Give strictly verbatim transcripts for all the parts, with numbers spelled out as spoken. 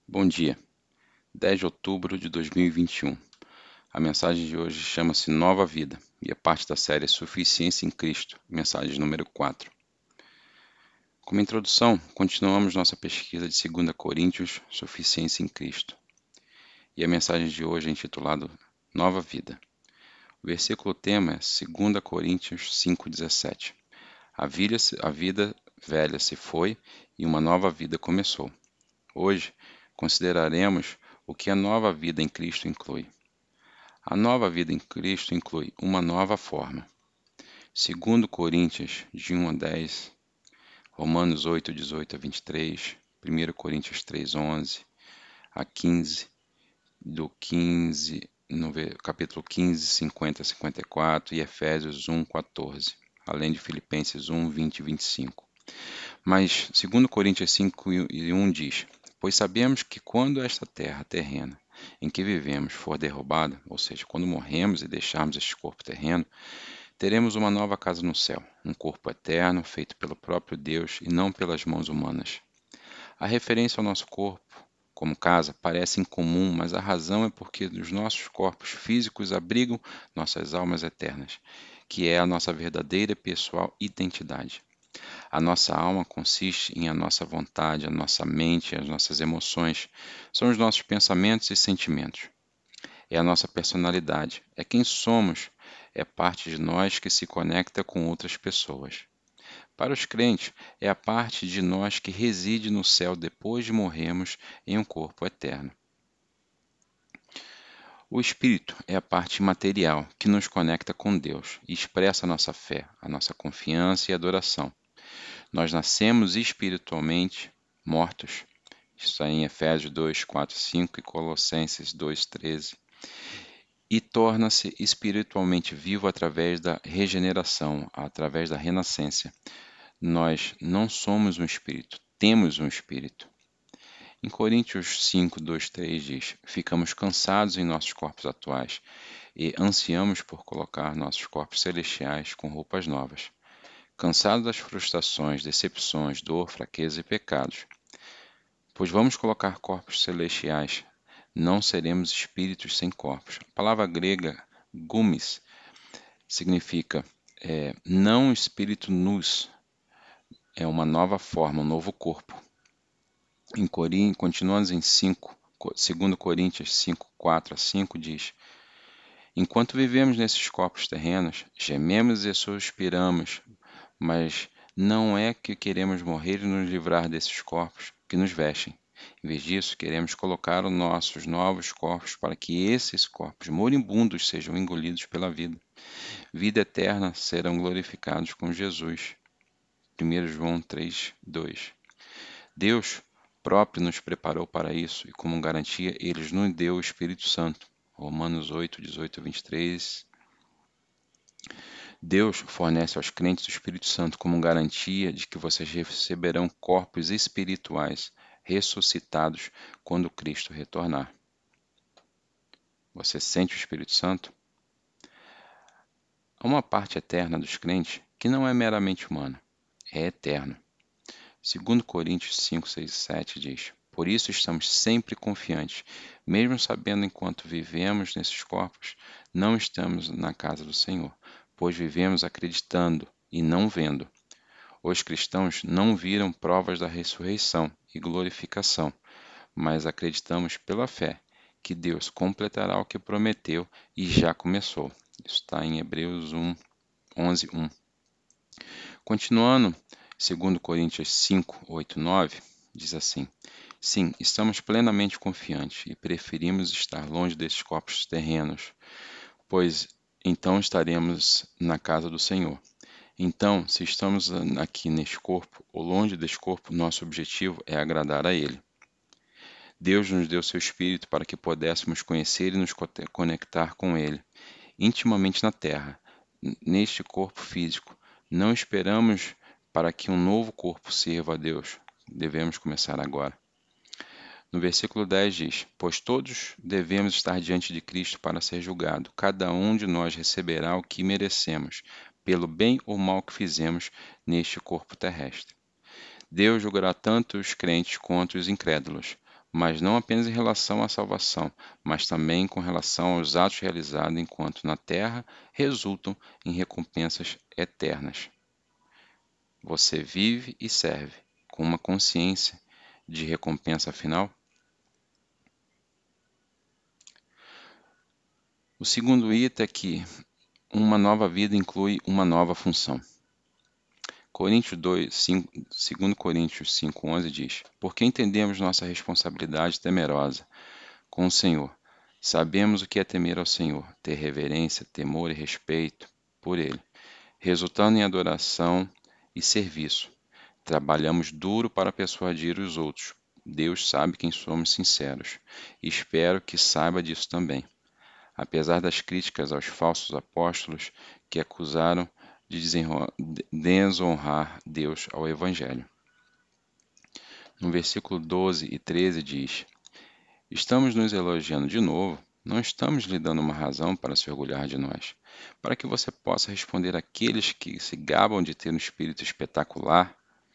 Bom dia, dez de outubro de dois mil e vinte e um. A mensagem de hoje chama-se Nova Vida e é parte da série Suficiência em Cristo, mensagem número quatro. Como introdução, continuamos nossa pesquisa de segunda Coríntios, Suficiência em Cristo. E a mensagem de hoje é intitulada Nova Vida. O versículo tema é segunda Coríntios cinco, dezessete. A vida, a vida velha se foi e uma nova vida começou. Hoje, consideraremos o que a nova vida em Cristo inclui. A nova vida em Cristo inclui uma nova forma. Segundo Coríntios, de um a dez, Romanos oito, dezoito a vinte e três, primeira Coríntios três, onze a quinze, do quinze, no capítulo quinze, cinquenta a cinquenta e quatro e Efésios um, quatorze, além de Filipenses um, vinte e vinte e cinco. Mas segundo Coríntios cinco e um diz: Pois sabemos que quando esta terra terrena em que vivemos for derrubada, ou seja, quando morremos e deixarmos este corpo terreno, teremos uma nova casa no céu, um corpo eterno feito pelo próprio Deus e não pelas mãos humanas. A referência ao nosso corpo como casa parece incomum, mas a razão é porque os nossos corpos físicos abrigam nossas almas eternas, que é a nossa verdadeira e pessoal identidade. A nossa alma consiste em a nossa vontade, a nossa mente, as nossas emoções, são os nossos pensamentos e sentimentos. É a nossa personalidade, é quem somos, é parte de nós que se conecta com outras pessoas. Para os crentes, é a parte de nós que reside no céu depois de morrermos em um corpo eterno. O Espírito é a parte material que nos conecta com Deus e expressa a nossa fé, a nossa confiança e adoração. Nós nascemos espiritualmente mortos. Isso está em Efésios dois, quatro, cinco e Colossenses dois, treze. E torna-se espiritualmente vivo através da regeneração, através da renascença. Nós não somos um espírito, temos um espírito. Em Coríntios cinco, dois, três diz: Ficamos cansados em nossos corpos atuais e ansiamos por colocar nossos corpos celestiais com roupas novas. Cansados das frustrações, decepções, dor, fraqueza e pecados. Pois vamos colocar corpos celestiais, não seremos espíritos sem corpos. A palavra grega gumis significa é, não espírito nous, é uma nova forma, um novo corpo. Em Corim, continuando em cinco, segundo Coríntios cinco, quatro a cinco diz: Enquanto vivemos nesses corpos terrenos, gememos e suspiramos, mas não é que queremos morrer e nos livrar desses corpos que nos vestem. Em vez disso, queremos colocar os nossos novos corpos para que esses corpos moribundos sejam engolidos pela vida. Vida eterna serão glorificados com Jesus. primeiro João três, dois. Deus próprio nos preparou para isso e, como garantia, Ele nos deu o Espírito Santo. Romanos oito, dezoito a vinte e três. Deus fornece aos crentes o Espírito Santo como garantia de que vocês receberão corpos espirituais ressuscitados quando Cristo retornar. Você sente o Espírito Santo? Há uma parte eterna dos crentes que não é meramente humana, é eterna. segundo Coríntios cinco, seis e sete diz: Por isso estamos sempre confiantes, mesmo sabendo enquanto vivemos nesses corpos, não estamos na casa do Senhor, pois vivemos acreditando e não vendo. Os cristãos não viram provas da ressurreição e glorificação, mas acreditamos pela fé que Deus completará o que prometeu e já começou. Isso está em Hebreus um, onze, um. Continuando, segundo Coríntios cinco, oito, nove, diz assim: Sim, estamos plenamente confiantes e preferimos estar longe desses corpos terrenos, pois então estaremos na casa do Senhor. Então, se estamos aqui neste corpo ou longe deste corpo, nosso objetivo é agradar a Ele. Deus nos deu seu Espírito para que pudéssemos conhecer e nos conectar com Ele, intimamente na terra, neste corpo físico. Não esperamos para que um novo corpo sirva a Deus. Devemos começar agora. No versículo dez diz: Pois todos devemos estar diante de Cristo para ser julgado. Cada um de nós receberá o que merecemos, pelo bem ou mal que fizemos neste corpo terrestre. Deus julgará tanto os crentes quanto os incrédulos. mas não apenas em relação à salvação, mas também com relação aos atos realizados enquanto na terra resultam em recompensas eternas. Você vive e serve com uma consciência de recompensa final? O segundo item é que uma nova vida inclui uma nova função. Coríntios dois, cinco, dois Coríntios cinco, onze diz: Porque entendemos nossa responsabilidade temerosa com o Senhor. Sabemos o que é temer ao Senhor, ter reverência, temor e respeito por Ele, resultando em adoração e serviço. Trabalhamos duro para persuadir os outros. Deus sabe quem somos sinceros. E espero que saiba disso também. Apesar das críticas aos falsos apóstolos que acusaram de desonrar Deus ao Evangelho. No versículo doze e treze diz: Estamos nos elogiando de novo, não estamos lhe dando uma razão para se orgulhar de nós, para que você possa responder àqueles que se gabam de ter um espírito espetacular,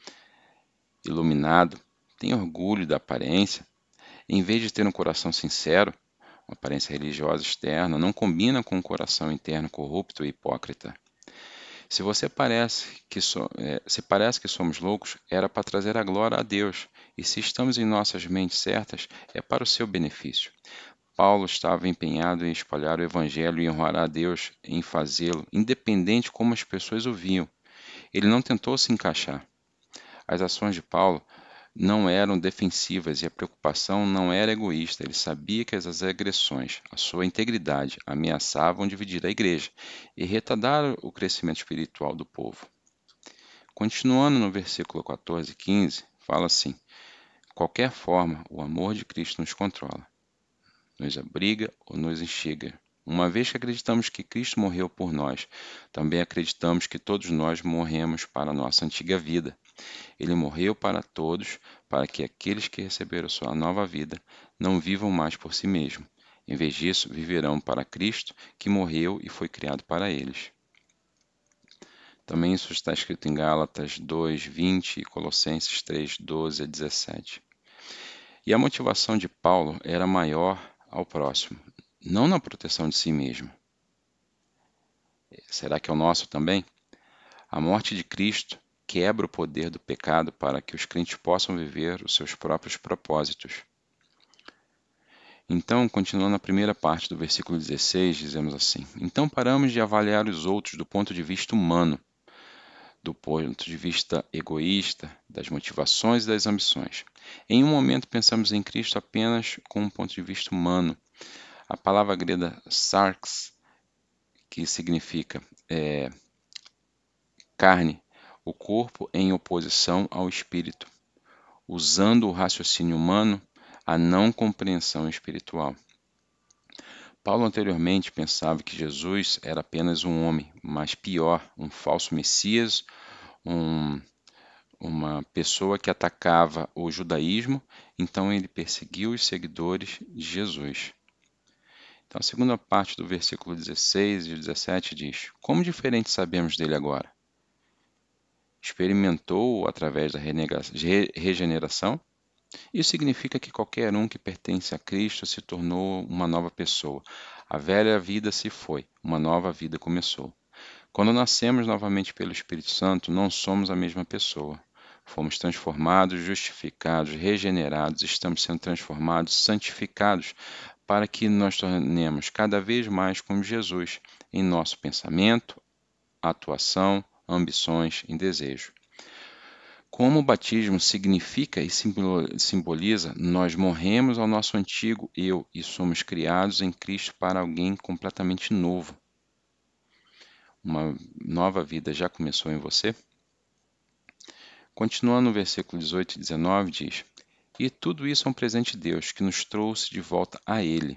iluminado, têm orgulho da aparência, em vez de ter um coração sincero. Uma aparência religiosa externa não combina com um coração interno corrupto e hipócrita. Se você parece que, so, é, se parece que somos loucos, era para trazer a glória a Deus, e se estamos em nossas mentes certas, é para o seu benefício. Paulo estava empenhado em espalhar o Evangelho e honrar a Deus em fazê-lo, independente de como as pessoas o viam. Ele não tentou se encaixar. As ações de Paulo não eram defensivas e a preocupação não era egoísta. Ele sabia que as agressões à sua integridade ameaçavam dividir a igreja e retardar o crescimento espiritual do povo. Continuando no versículo quatorze e quinze, fala assim: qualquer forma, o amor de Cristo nos controla, nos abriga ou nos instiga. Uma vez que acreditamos que Cristo morreu por nós, também acreditamos que todos nós morremos para a nossa antiga vida. Ele morreu para todos, para que aqueles que receberam sua nova vida não vivam mais por si mesmos. Em vez disso, viverão para Cristo, que morreu e foi criado para eles. Também isso está escrito em Gálatas dois, vinte e Colossenses três, doze a dezessete. E a motivação de Paulo era maior ao próximo, não na proteção de si mesmo. Será que é o nosso também? A morte de Cristo quebra o poder do pecado para que os crentes possam viver os seus próprios propósitos. Então, continuando a primeira parte do versículo dezesseis, dizemos assim: Então paramos de avaliar os outros do ponto de vista humano, do ponto de vista egoísta, das motivações e das ambições. Em um momento pensamos em Cristo apenas com um ponto de vista humano. A palavra grega sarx, que significa é, carne, o corpo em oposição ao espírito, usando o raciocínio humano, a não compreensão espiritual. Paulo anteriormente pensava que Jesus era apenas um homem, mas pior, um falso Messias, um, uma pessoa que atacava o judaísmo, então ele perseguiu os seguidores de Jesus. Então, a segunda parte do versículo dezesseis e dezessete diz: Como diferente sabemos dele agora? Experimentou através da regeneração? Isso significa que qualquer um que pertence a Cristo se tornou uma nova pessoa. A velha vida se foi, uma nova vida começou. Quando nascemos novamente pelo Espírito Santo, não somos a mesma pessoa. Fomos transformados, justificados, regenerados, estamos sendo transformados, santificados, para que nós tornemos cada vez mais como Jesus, em nosso pensamento, atuação, ambições e desejo. Como o batismo significa e simboliza, nós morremos ao nosso antigo eu e somos criados em Cristo para alguém completamente novo. Uma nova vida já começou em você? Continuando no versículo dezoito e dezenove, diz: E tudo isso é um presente de Deus, que nos trouxe de volta a Ele.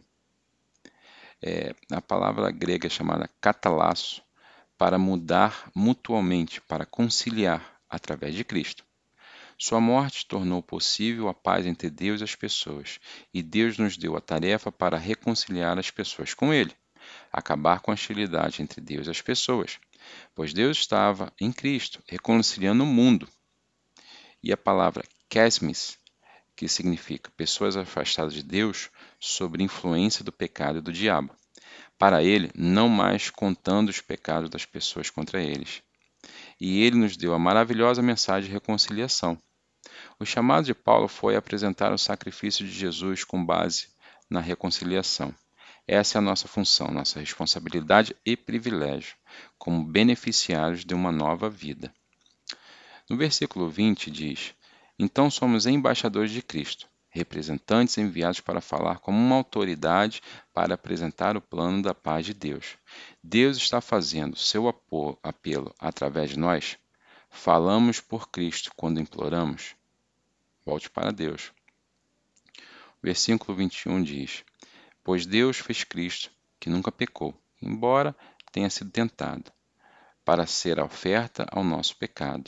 É, a palavra grega é chamada katalasso, para mudar mutuamente, para conciliar através de Cristo. Sua morte tornou possível a paz entre Deus e as pessoas, e Deus nos deu a tarefa para reconciliar as pessoas com Ele, acabar com a hostilidade entre Deus e as pessoas, pois Deus estava em Cristo, reconciliando o mundo. E a palavra kesmis que significa pessoas afastadas de Deus sob influência do pecado e do diabo. Para ele, não mais contando os pecados das pessoas contra eles. E ele nos deu a maravilhosa mensagem de reconciliação. O chamado de Paulo foi apresentar o sacrifício de Jesus com base na reconciliação. Essa é a nossa função, nossa responsabilidade e privilégio, como beneficiários de uma nova vida. No versículo vinte diz: Então somos embaixadores de Cristo, representantes enviados para falar como uma autoridade para apresentar o plano da paz de Deus. Deus está fazendo seu apelo através de nós? Falamos por Cristo quando imploramos? Volte para Deus. O versículo vinte e um diz: Pois Deus fez Cristo, que nunca pecou, embora tenha sido tentado, para ser a oferta ao nosso pecado,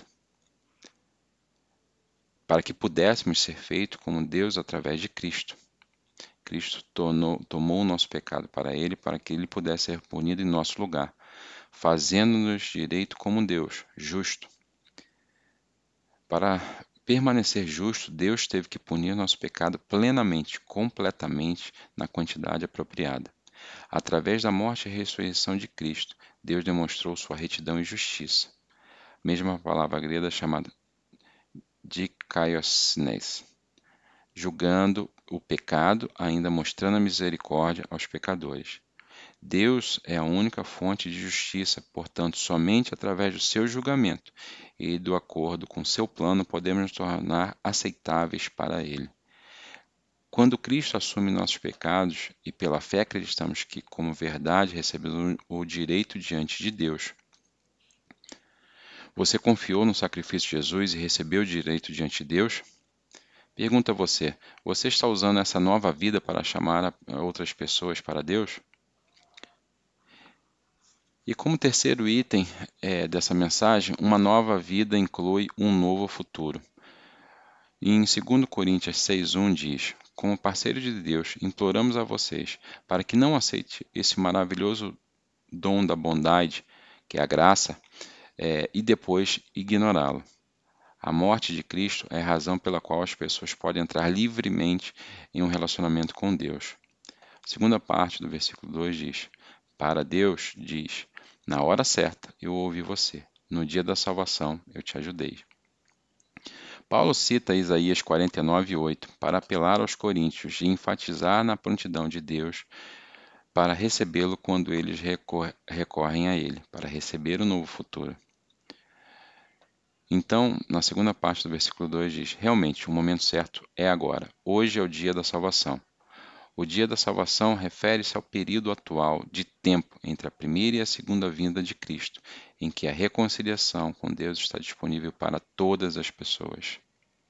para que pudéssemos ser feitos como Deus através de Cristo. Cristo tornou, tomou o nosso pecado para Ele, para que Ele pudesse ser punido em nosso lugar, fazendo-nos direito como Deus, justo. Para permanecer justo, Deus teve que punir nosso pecado plenamente, completamente, na quantidade apropriada. Através da morte e ressurreição de Cristo, Deus demonstrou sua retidão e justiça. Mesma palavra grega chamada dikaiosnes, julgando o pecado, ainda mostrando a misericórdia aos pecadores. Deus é a única fonte de justiça, portanto, somente através do seu julgamento e do acordo com seu plano podemos nos tornar aceitáveis para Ele. Quando Cristo assume nossos pecados e pela fé acreditamos que, como verdade, recebemos o direito diante de Deus. Você confiou no sacrifício de Jesus e recebeu o direito diante de Deus? Pergunta a você, você está usando essa nova vida para chamar outras pessoas para Deus? E como terceiro item é, dessa mensagem, uma nova vida inclui um novo futuro. E em dois Coríntios seis, um diz: Como parceiro de Deus, imploramos a vocês para que não aceite esse maravilhoso dom da bondade, que é a graça, é, e depois ignorá-lo. A morte de Cristo é a razão pela qual as pessoas podem entrar livremente em um relacionamento com Deus. A segunda parte do versículo dois diz: Para Deus, diz, na hora certa eu ouvi você, no dia da salvação eu te ajudei. Paulo cita Isaías quarenta e nove, oito para apelar aos coríntios e enfatizar na prontidão de Deus para recebê-lo quando eles recorrem a ele, para receber o novo futuro. Então, na segunda parte do versículo dois diz: Realmente, o momento certo é agora. Hoje é o dia da salvação. O dia da salvação refere-se ao período atual de tempo entre a primeira e a segunda vinda de Cristo, em que a reconciliação com Deus está disponível para todas as pessoas.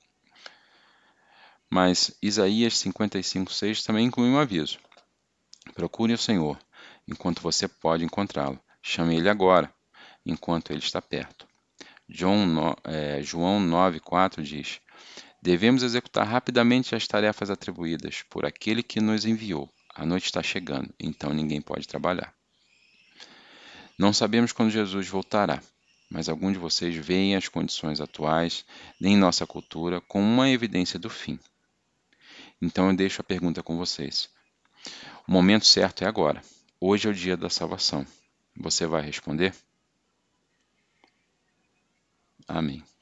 Mas Isaías cinquenta e cinco, seis também inclui um aviso. Procure o Senhor, enquanto você pode encontrá-lo. Chame Ele agora, enquanto Ele está perto. John, no, é, João nove, quatro diz: Devemos executar rapidamente as tarefas atribuídas por aquele que nos enviou. A noite está chegando, então ninguém pode trabalhar. Não sabemos quando Jesus voltará, mas alguns de vocês veem as condições atuais em nossa cultura como uma evidência do fim. Então eu deixo a pergunta com vocês. O momento certo é agora. Hoje é o dia da salvação. Você vai responder? Amém.